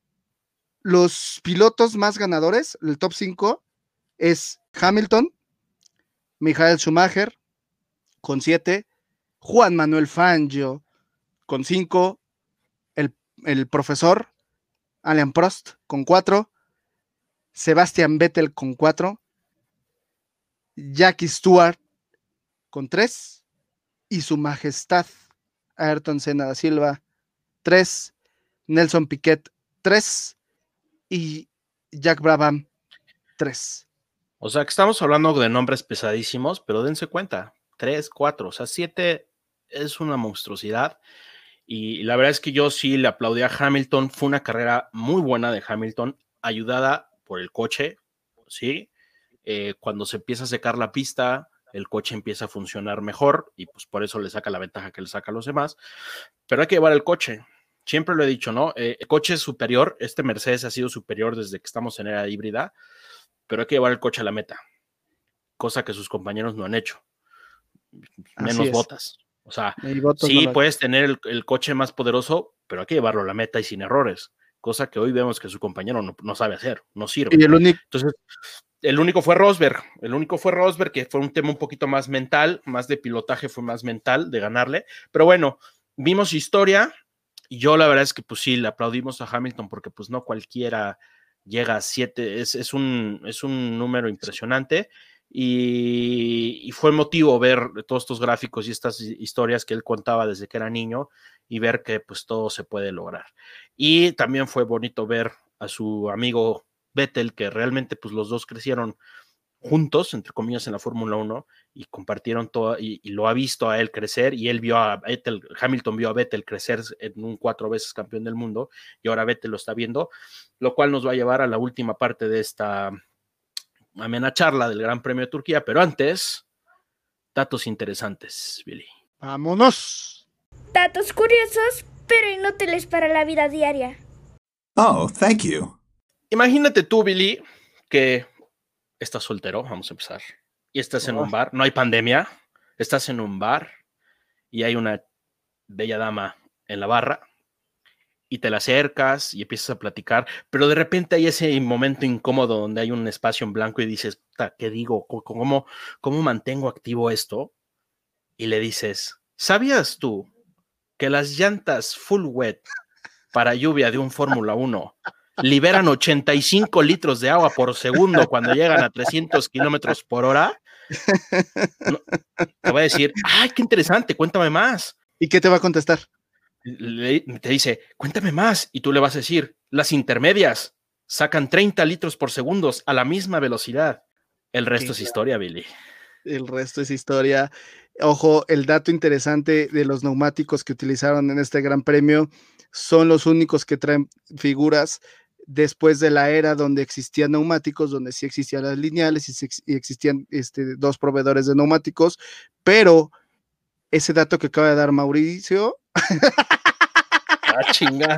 los pilotos más ganadores. El top cinco es Hamilton, Michael Schumacher con siete, Juan Manuel Fangio con cinco, el, el profesor Alain Prost con cuatro, Sebastian Vettel con cuatro, Jackie Stewart con tres y su majestad Ayrton Senna da Silva tres, Nelson Piquet tres y Jack Brabham tres. O sea, que estamos hablando de nombres pesadísimos, pero dense cuenta, tres, cuatro, o sea, siete es una monstruosidad. Y la verdad es que yo sí le aplaudí a Hamilton. Fue una carrera muy buena de Hamilton, ayudada por el coche, ¿sí? Eh, cuando se empieza a secar la pista, el coche empieza a funcionar mejor y pues por eso le saca la ventaja que le saca a los demás. Pero hay que llevar el coche. Siempre lo he dicho, ¿no? Eh, el coche es superior. Este Mercedes ha sido superior desde que estamos en era híbrida, pero hay que llevar el coche a la meta, cosa que sus compañeros no han hecho. Menos Bottas. O sea, sí, no puedes tener el, el coche más poderoso, pero hay que llevarlo a la meta y sin errores, cosa que hoy vemos que su compañero no, no sabe hacer, no sirve. Y el único... Entonces, el único fue Rosberg, el único fue Rosberg, que fue un tema un poquito más mental, más de pilotaje, fue más mental de ganarle, pero bueno, vimos historia, y yo la verdad es que pues sí, le aplaudimos a Hamilton, porque pues no cualquiera llega a siete, es, es, un, es un número impresionante. Y, y fue emotivo ver todos estos gráficos y estas historias que él contaba desde que era niño y ver que pues todo se puede lograr. Y también fue bonito ver a su amigo Vettel, que realmente pues los dos crecieron juntos, entre comillas, en la Fórmula uno y compartieron todo y, y lo ha visto a él crecer y él vio a Vettel, Hamilton vio a Vettel crecer en un cuatro veces campeón del mundo y ahora Vettel lo está viendo, lo cual nos va a llevar a la última parte de esta amena charla del Gran Premio de Turquía, pero antes, datos interesantes, Billy. ¡Vámonos! Datos curiosos, pero inútiles para la vida diaria. Oh, thank you. Imagínate tú, Billy, que estás soltero, vamos a empezar, y estás en oh. un bar, no hay pandemia, estás en un bar y hay una bella dama en la barra y te la acercas y empiezas a platicar, pero de repente hay ese momento incómodo donde hay un espacio en blanco y dices, ¿qué digo? ¿Cómo, cómo mantengo activo esto? Y le dices, ¿sabías tú que las llantas full wet para lluvia de un Fórmula uno liberan ochenta y cinco litros de agua por segundo cuando llegan a trescientos kilómetros por hora? No, te voy a decir, ¡ay, qué interesante! Cuéntame más. ¿Y qué te va a contestar? Le, te dice, cuéntame más, y tú le vas a decir, las intermedias sacan treinta litros por segundo a la misma velocidad. El resto sí, es historia, Billy. El resto es historia. Ojo, el dato interesante de los neumáticos que utilizaron en este Gran Premio son los únicos que traen figuras después de la era donde existían neumáticos, donde sí existían las lineales y, y existían este, dos proveedores de neumáticos, pero ese dato que acaba de dar Mauricio... Ah, chinga.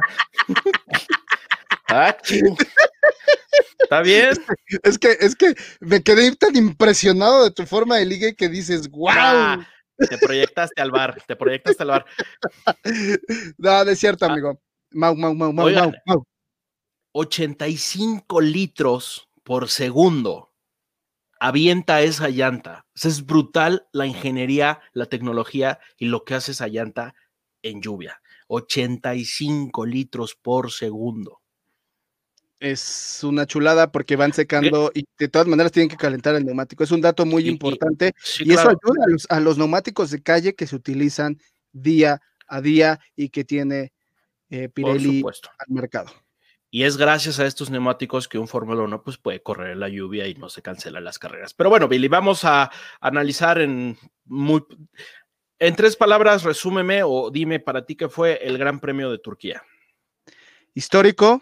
Ah, chinga. ¿Está bien? Es que, es que me quedé tan impresionado de tu forma de ligue que dices, ¡wow! Ah, te proyectaste al bar, te proyectaste al bar. No, no es cierto, amigo. Mau, mau, mau, mau, Oigan, mau, mau. ochenta y cinco litros por segundo avienta esa llanta. O sea, es brutal la ingeniería, la tecnología y lo que hace esa llanta en lluvia. ochenta y cinco litros por segundo. Es una chulada porque van secando y de todas maneras tienen que calentar el neumático. Es un dato muy y, importante y, sí, y eso claro. ayuda a los, a los neumáticos de calle que se utilizan día a día y que tiene eh, Pirelli al mercado. Y es gracias a estos neumáticos que un Fórmula uno pues, puede correr en la lluvia y no se cancelan las carreras. Pero bueno, Billy, vamos a analizar en, muy, en tres palabras, resúmeme o dime para ti qué fue el Gran Premio de Turquía. Histórico,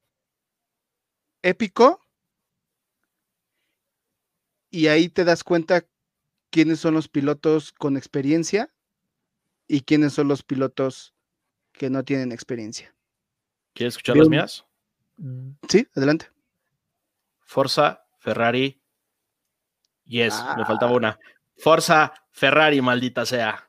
épico, y ahí te das cuenta quiénes son los pilotos con experiencia y quiénes son los pilotos que no tienen experiencia. ¿Quieres escuchar Bien. las mías? Sí, adelante. Forza, Ferrari, Yes, Ah. me faltaba una. Forza Ferrari, maldita sea.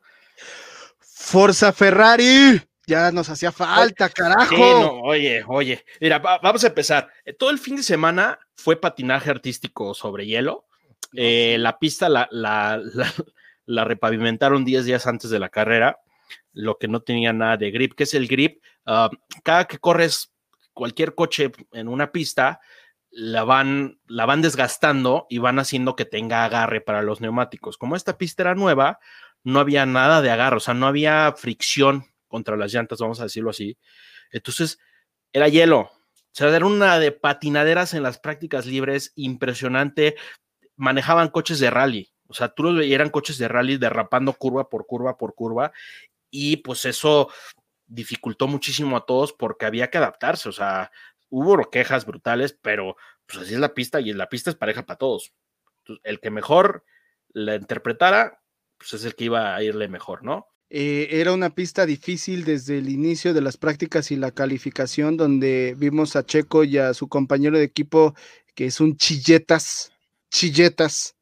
Forza Ferrari. Ya nos hacía falta, carajo. Sí, no, oye, oye. Mira, va- vamos a empezar. Eh, Todo el fin de semana fue patinaje artístico sobre hielo. Eh, la pista la, la, la, la repavimentaron diez días antes de la carrera, lo que no tenía nada de grip. ¿Qué es el grip? Uh, cada que corres cualquier coche en una pista, la van, la van desgastando y van haciendo que tenga agarre para los neumáticos. Como esta pista era nueva, no había nada de agarre, o sea, no había fricción contra las llantas, vamos a decirlo así. Entonces, era hielo. O sea, era una de patinaderas en las prácticas libres impresionante. Manejaban coches de rally. O sea, tú los veías, eran coches de rally derrapando curva por curva por curva. Y pues eso dificultó muchísimo a todos porque había que adaptarse. O sea, hubo quejas brutales, pero pues así es la pista y la pista es pareja para todos. Entonces, el que mejor la interpretara, pues es el que iba a irle mejor, ¿no? Eh, era una pista difícil desde el inicio de las prácticas y la calificación, donde vimos a Checo y a su compañero de equipo, que es un chilletas, chilletas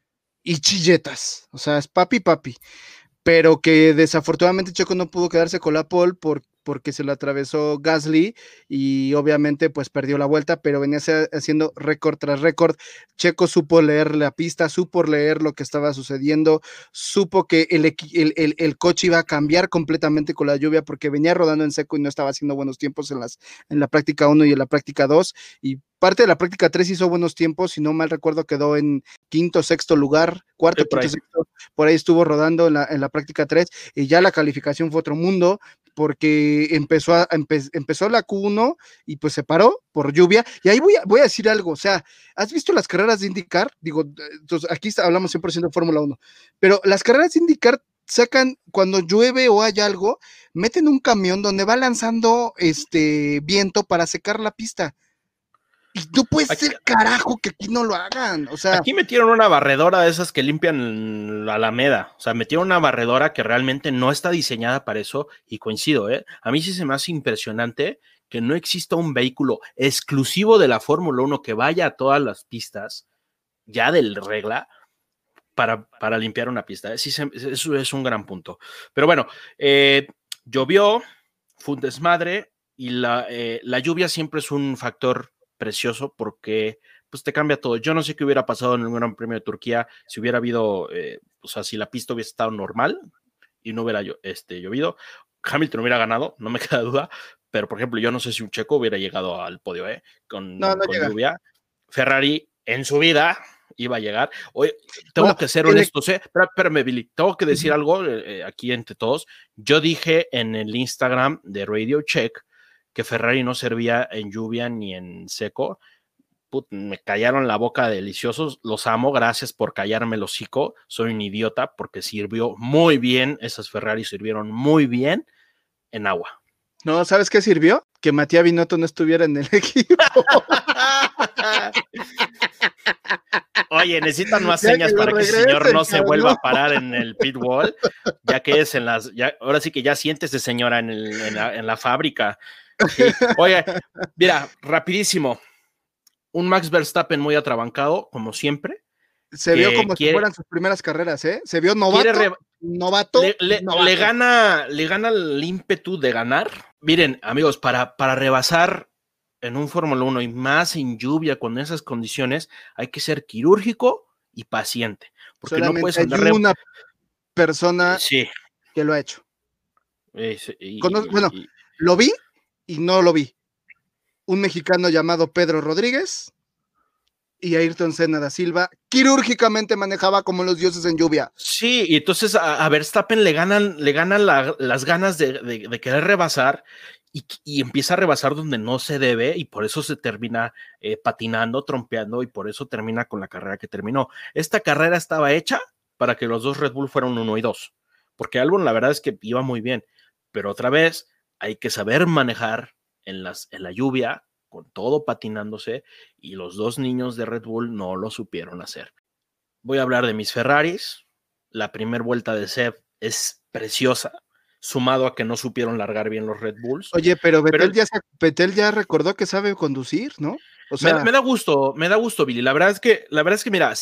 y chilletas. O sea, es papi, papi. Pero que desafortunadamente Checo no pudo quedarse con la pole por, porque se lo atravesó Gasly y obviamente pues perdió la vuelta, pero venía haciendo récord tras récord. Checo supo leer la pista, supo leer lo que estaba sucediendo, supo que el, el, el, el coche iba a cambiar completamente con la lluvia porque venía rodando en seco y no estaba haciendo buenos tiempos en, las, en la práctica uno y en la práctica dos, y parte de la práctica tres hizo buenos tiempos, si no mal recuerdo quedó en quinto, sexto lugar, cuarto, sí, quinto, sexto, por ahí estuvo rodando en la, en la práctica tres, y ya la calificación fue otro mundo, porque empezó, a, empe, empezó la Q uno y pues se paró por lluvia, y ahí voy a, voy a decir algo, o sea, ¿has visto las carreras de IndyCar? Digo, entonces aquí hablamos cien por ciento de Fórmula uno, pero las carreras de IndyCar sacan, cuando llueve o hay algo, meten un camión donde va lanzando este viento para secar la pista. Y no puede aquí, ser carajo que aquí no lo hagan, o sea. Aquí metieron una barredora de esas que limpian la Alameda, o sea, metieron una barredora que realmente no está diseñada para eso, y coincido, ¿eh? A mí sí se me hace impresionante que no exista un vehículo exclusivo de la Fórmula uno que vaya a todas las pistas, ya del regla, para, para limpiar una pista, ¿eh? Sí, se, eso es un gran punto. Pero bueno, eh, llovió, fue un desmadre, y la, eh, la lluvia siempre es un factor precioso porque pues te cambia todo. Yo no sé qué hubiera pasado en el Gran Premio de Turquía si hubiera habido, eh, o sea, si la pista hubiese estado normal y no hubiera este, llovido. Hamilton hubiera ganado, no me queda duda, pero por ejemplo, yo no sé si un checo hubiera llegado al podio, ¿eh? Con, no, no con llega. lluvia. Ferrari en su vida iba a llegar. Oye, tengo bueno, que ser honestos, ¿eh? Espérame, espérame, Billy, tengo que decir uh-huh. algo eh, aquí entre todos. Yo dije en el Instagram de Radio Check que Ferrari no servía en lluvia ni en seco. Put, me callaron la boca deliciosos, los amo, gracias por callarme el hocico, soy un idiota porque sirvió muy bien, esas Ferrari sirvieron muy bien en agua. No, ¿sabes qué sirvió? Que Matías Binotto no estuviera en el equipo. Oye, necesitan más ya señas que para que ese señor no se vuelva a parar en el pit wall, ya que es en las, ya, ahora sí que ya siéntese señora en, el, en, la, en la fábrica. Sí. Oye, mira, rapidísimo, un Max Verstappen muy atrabancado, como siempre. Se vio como quiere, si fueran sus primeras carreras, ¿eh? Se vio novato, re, novato, le, le, novato. Le gana, le gana el ímpetu de ganar. Miren, amigos, para, para rebasar en un Fórmula uno y más en lluvia con esas condiciones, hay que ser quirúrgico y paciente. Porque solamente no puedes hay andar una persona sí. que lo ha hecho. Eh, y, Cono bueno, y, lo vi y no lo vi. Un mexicano llamado Pedro Rodríguez y Ayrton Senna da Silva quirúrgicamente manejaba como los dioses en lluvia. Sí, y entonces a, a Verstappen le ganan, le ganan la, las ganas de, de, de querer rebasar y, y empieza a rebasar donde no se debe y por eso se termina eh, patinando, trompeando y por eso termina con la carrera que terminó. Esta carrera estaba hecha para que los dos Red Bull fueran uno y dos, porque Albon la verdad es que iba muy bien, pero otra vez hay que saber manejar en, las, en la lluvia, con todo patinándose, y los dos niños de Red Bull no lo supieron hacer. Voy a hablar de mis Ferraris. La primera vuelta de Seb es preciosa, sumado a que no supieron largar bien los Red Bulls. Oye, pero Vettel, pero, ya, Vettel ya recordó que sabe conducir, ¿no? O sea, me, me da gusto, me da gusto, Billy. La verdad es que, la verdad es que mira, Seb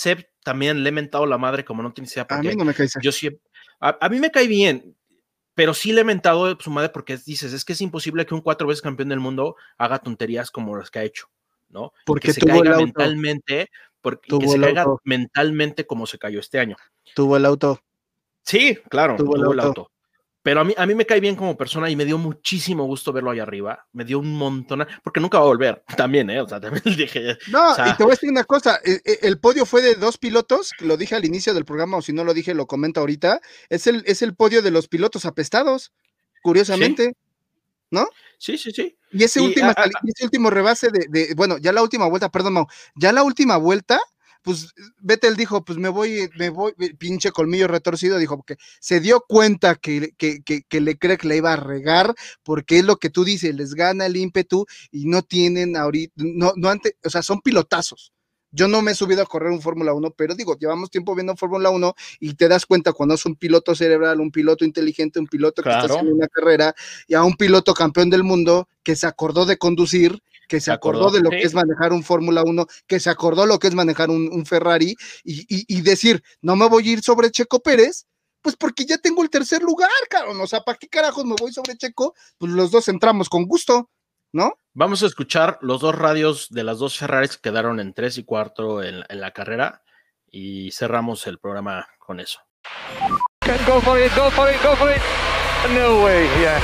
también le he mentado la madre como no tienes idea. A mí no me cae Sergio. Yo sí, a, a mí me cae bien, pero sí le he mentado su madre porque dices, es que es imposible que un cuatro veces campeón del mundo haga tonterías como las que ha hecho, ¿no? Porque que se tuvo caiga el auto. mentalmente, porque, y Tuvo que se el caiga auto. mentalmente como se cayó este año. Tuvo el auto. Sí, claro, Tuvo tuvo, el el auto. auto. Pero a mí, a mí me cae bien como persona y me dio muchísimo gusto verlo ahí arriba. Me dio un montón, porque nunca va a volver también, ¿eh? O sea, también dije. No, o sea, y te voy a decir una cosa, el, el podio fue de dos pilotos, lo dije al inicio del programa, o si no lo dije, lo comento ahorita, es el, es el podio de los pilotos apestados, curiosamente, sí. ¿no? Sí, sí, sí. Y ese, Y, última, a, a, ese último rebase de, de, bueno, ya la última vuelta, perdón, Mau, ya la última vuelta, pues Vettel dijo, pues me voy, me voy, pinche colmillo retorcido, dijo, porque se dio cuenta que, que, que, que Leclerc le iba a regar, porque es lo que tú dices, les gana el ímpetu y no tienen ahorita, no, no antes, o sea, son pilotazos. Yo no me he subido a correr un Fórmula uno, pero digo, llevamos tiempo viendo Fórmula uno y te das cuenta cuando es un piloto cerebral, un piloto inteligente, un piloto claro. que está haciendo una carrera, y a un piloto campeón del mundo que se acordó de conducir, que se, se acordó, acordó de lo sí. que es manejar un Fórmula uno, que se acordó lo que es manejar un, un Ferrari, y, y, y decir, no me voy a ir sobre Checo Pérez, pues porque ya tengo el tercer lugar, cabrón, o sea, ¿para qué carajos me voy sobre Checo? Pues los dos entramos con gusto, ¿no? Vamos a escuchar los dos radios de las dos Ferraris que quedaron en tres y cuatro en, en la carrera y cerramos el programa con eso. Go for it, go for it, go for it. No way, yeah.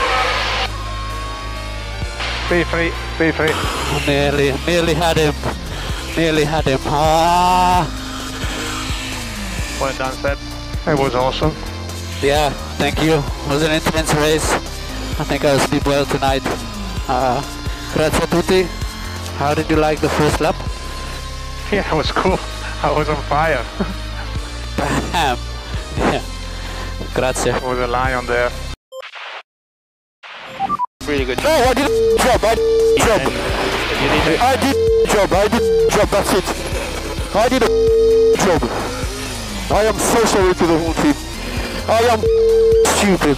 Be free, be free. Nearly, nearly had him. Nearly had him. Ah. Well done, Seb. It was awesome. Yeah, thank you. It was an intense race. I think I'll sleep well tonight. Uh, Grazie a tutti. How did you like the first lap? Yeah, it was cool. I was on fire. Bam. Yeah. Grazie. There was a lion there. Really good. No, I didn't drop. I didn't drop. You need to... I didn't drop. I didn't drop. That's it. I did a job. I am so sorry to the whole team. I am stupid.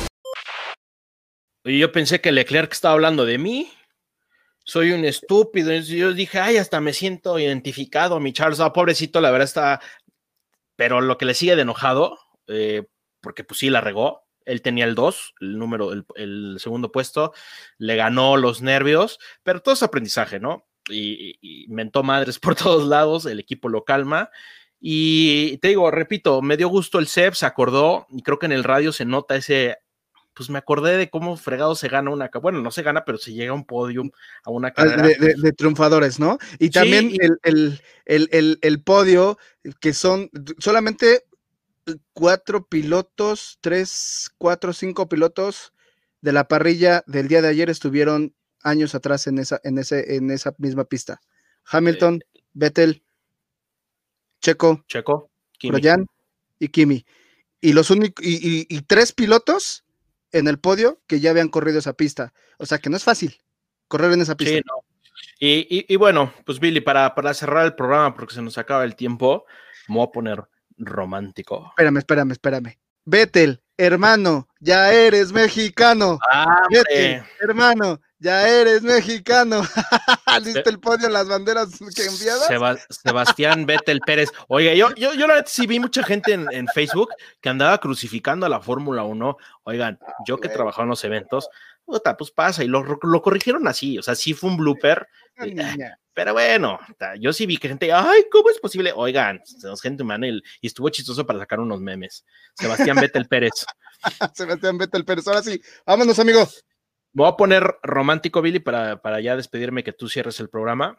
Y yo pensé que Leclerc estaba hablando de mí. Soy un estúpido. Yo dije, ay, hasta me siento identificado, mi Charles. Ah, pobrecito, la verdad está... Pero lo que le sigue de enojado, eh, porque pues sí la regó. Él tenía el dos, el número, el, el segundo puesto. Le ganó los nervios, pero todo es aprendizaje, ¿no? Y, y, y mentó madres por todos lados. El equipo lo calma. Y te digo, repito, me dio gusto el Seb, se acordó. Y creo que en el radio se nota ese... Pues me acordé de cómo fregado se gana una, bueno, no se gana, pero se llega a un podium, a una carrera. De, de, de triunfadores, ¿no? Y también sí, y... El, el, el, el, el podio, que son solamente cuatro pilotos, tres, cuatro, cinco pilotos de la parrilla del día de ayer estuvieron años atrás en esa, en ese, en esa misma pista. Hamilton, eh, Vettel, Checo, Checo, Grosjean y Kimi. Y los únicos, y, y, y tres pilotos en el podio que ya habían corrido esa pista. O sea que no es fácil correr en esa pista. Sí, no. Y, y, y bueno, pues Billy, para, para cerrar el programa, porque se nos acaba el tiempo, me voy a poner romántico. Espérame, espérame, espérame. Vettel, hermano, ya eres mexicano. Ah, Vettel, hermano, ya eres mexicano. ¿Listo el podio, las banderas que enviadas? Seba, Sebastián Vettel Pérez. Oiga, yo, yo, yo la verdad sí vi mucha gente en, en Facebook que andaba crucificando a la Fórmula uno. Oigan, yo que trabajaba en los eventos, puta, pues pasa, y lo, lo corrigieron así, o sea, sí fue un blooper. Pero bueno, yo sí vi que gente, ay, ¿cómo es posible? Oigan, es gente humana y, y estuvo chistoso para sacar unos memes. Sebastián Vettel Pérez. Sebastián Vettel Pérez, ahora sí, vámonos, amigo. Me voy a poner romántico, Billy, para, para ya despedirme, que tú cierres el programa.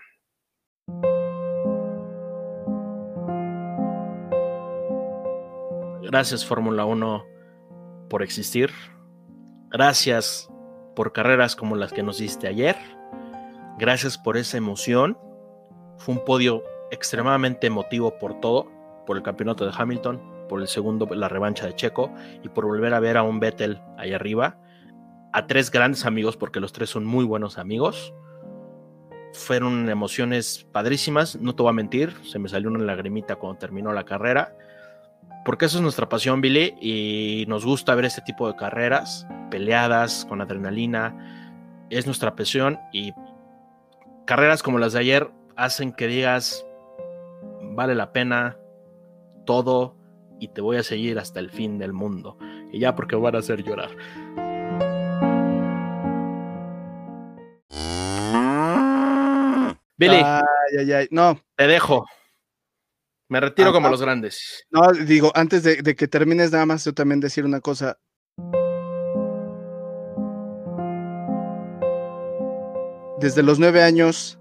Gracias, Fórmula uno, por existir. Gracias por carreras como las que nos diste ayer. Gracias por esa emoción. Fue un podio extremadamente emotivo por todo, por el campeonato de Hamilton, por el segundo, la revancha de Checo, y por volver a ver a un Vettel ahí arriba. A tres grandes amigos, porque los tres son muy buenos amigos. Fueron emociones padrísimas, no te voy a mentir, se me salió una lagrimita cuando terminó la carrera, porque eso es nuestra pasión, Billy, y nos gusta ver este tipo de carreras, peleadas, con adrenalina, es nuestra pasión, y carreras como las de ayer hacen que digas, vale la pena, todo y te voy a seguir hasta el fin del mundo. Y ya porque van a hacer llorar. Billy, ay, ay, ay. No. Te dejo. Me retiro ah, como ah, los grandes. No, digo, antes de, de que termines, nada más yo también decir una cosa. Desde los nueve años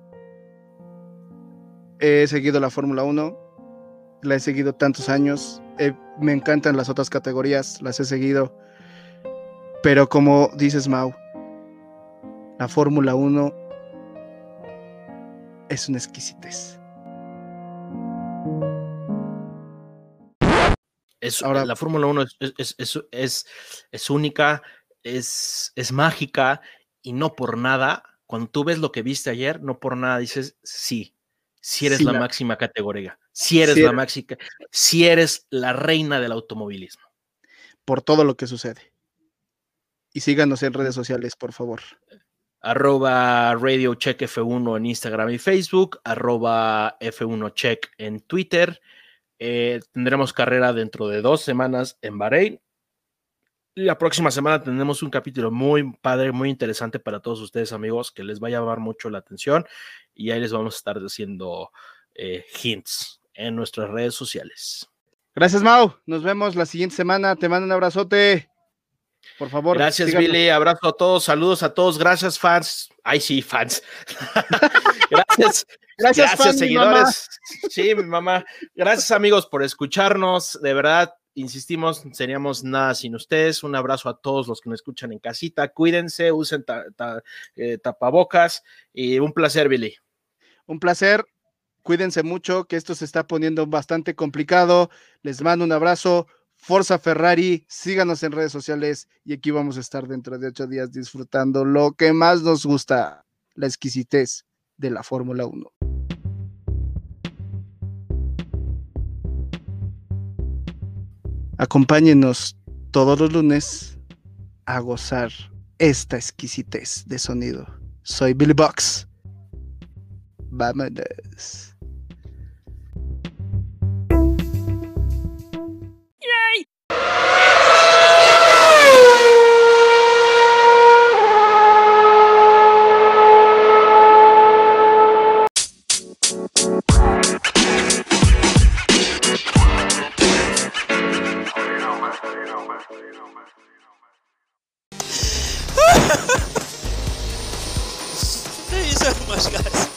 he seguido la Fórmula uno, la he seguido tantos años, eh, me encantan las otras categorías, las he seguido, pero como dices, Mau, la Fórmula uno es una exquisitez. Es, Ahora, la Fórmula uno es, es, es, es, es única, es, es mágica, y no por nada, cuando tú ves lo que viste ayer, no por nada dices, sí, si eres sí, la, la máxima categoría, si eres sí la eres, máxima, si eres la reina del automovilismo. por todo lo que sucede. Y síganos en redes sociales, por favor. Arroba Radio Check F uno en Instagram y Facebook, arroba F uno Check en Twitter. Eh, tendremos carrera dentro de dos semanas en Bahrein. La próxima semana tendremos un capítulo muy padre, muy interesante para todos ustedes, amigos, que les va a llamar mucho la atención, y ahí les vamos a estar haciendo eh, hints en nuestras redes sociales. Gracias, Mau. Nos vemos la siguiente semana. Te mando un abrazote. Por favor. Gracias, síganos. Billy. Abrazo a todos. Saludos a todos. Gracias, fans. Ay, sí, fans. Gracias. Gracias, Gracias, fan, seguidores. Mi sí, mi mamá. Gracias, amigos, por escucharnos. De verdad, insistimos, seríamos nada sin ustedes. Un abrazo a todos los que nos escuchan en casita. Cuídense, usen ta, ta, eh, tapabocas. Y un placer, Billy. Un placer. Cuídense mucho, que esto se está poniendo bastante complicado. Les mando un abrazo. Forza Ferrari, síganos en redes sociales y aquí vamos a estar dentro de ocho días disfrutando lo que más nos gusta, la exquisitez de la Fórmula uno. Acompáñenos todos los lunes a gozar esta exquisitez de sonido. Soy Billy Box. Vámonos. Thank you so much, guys.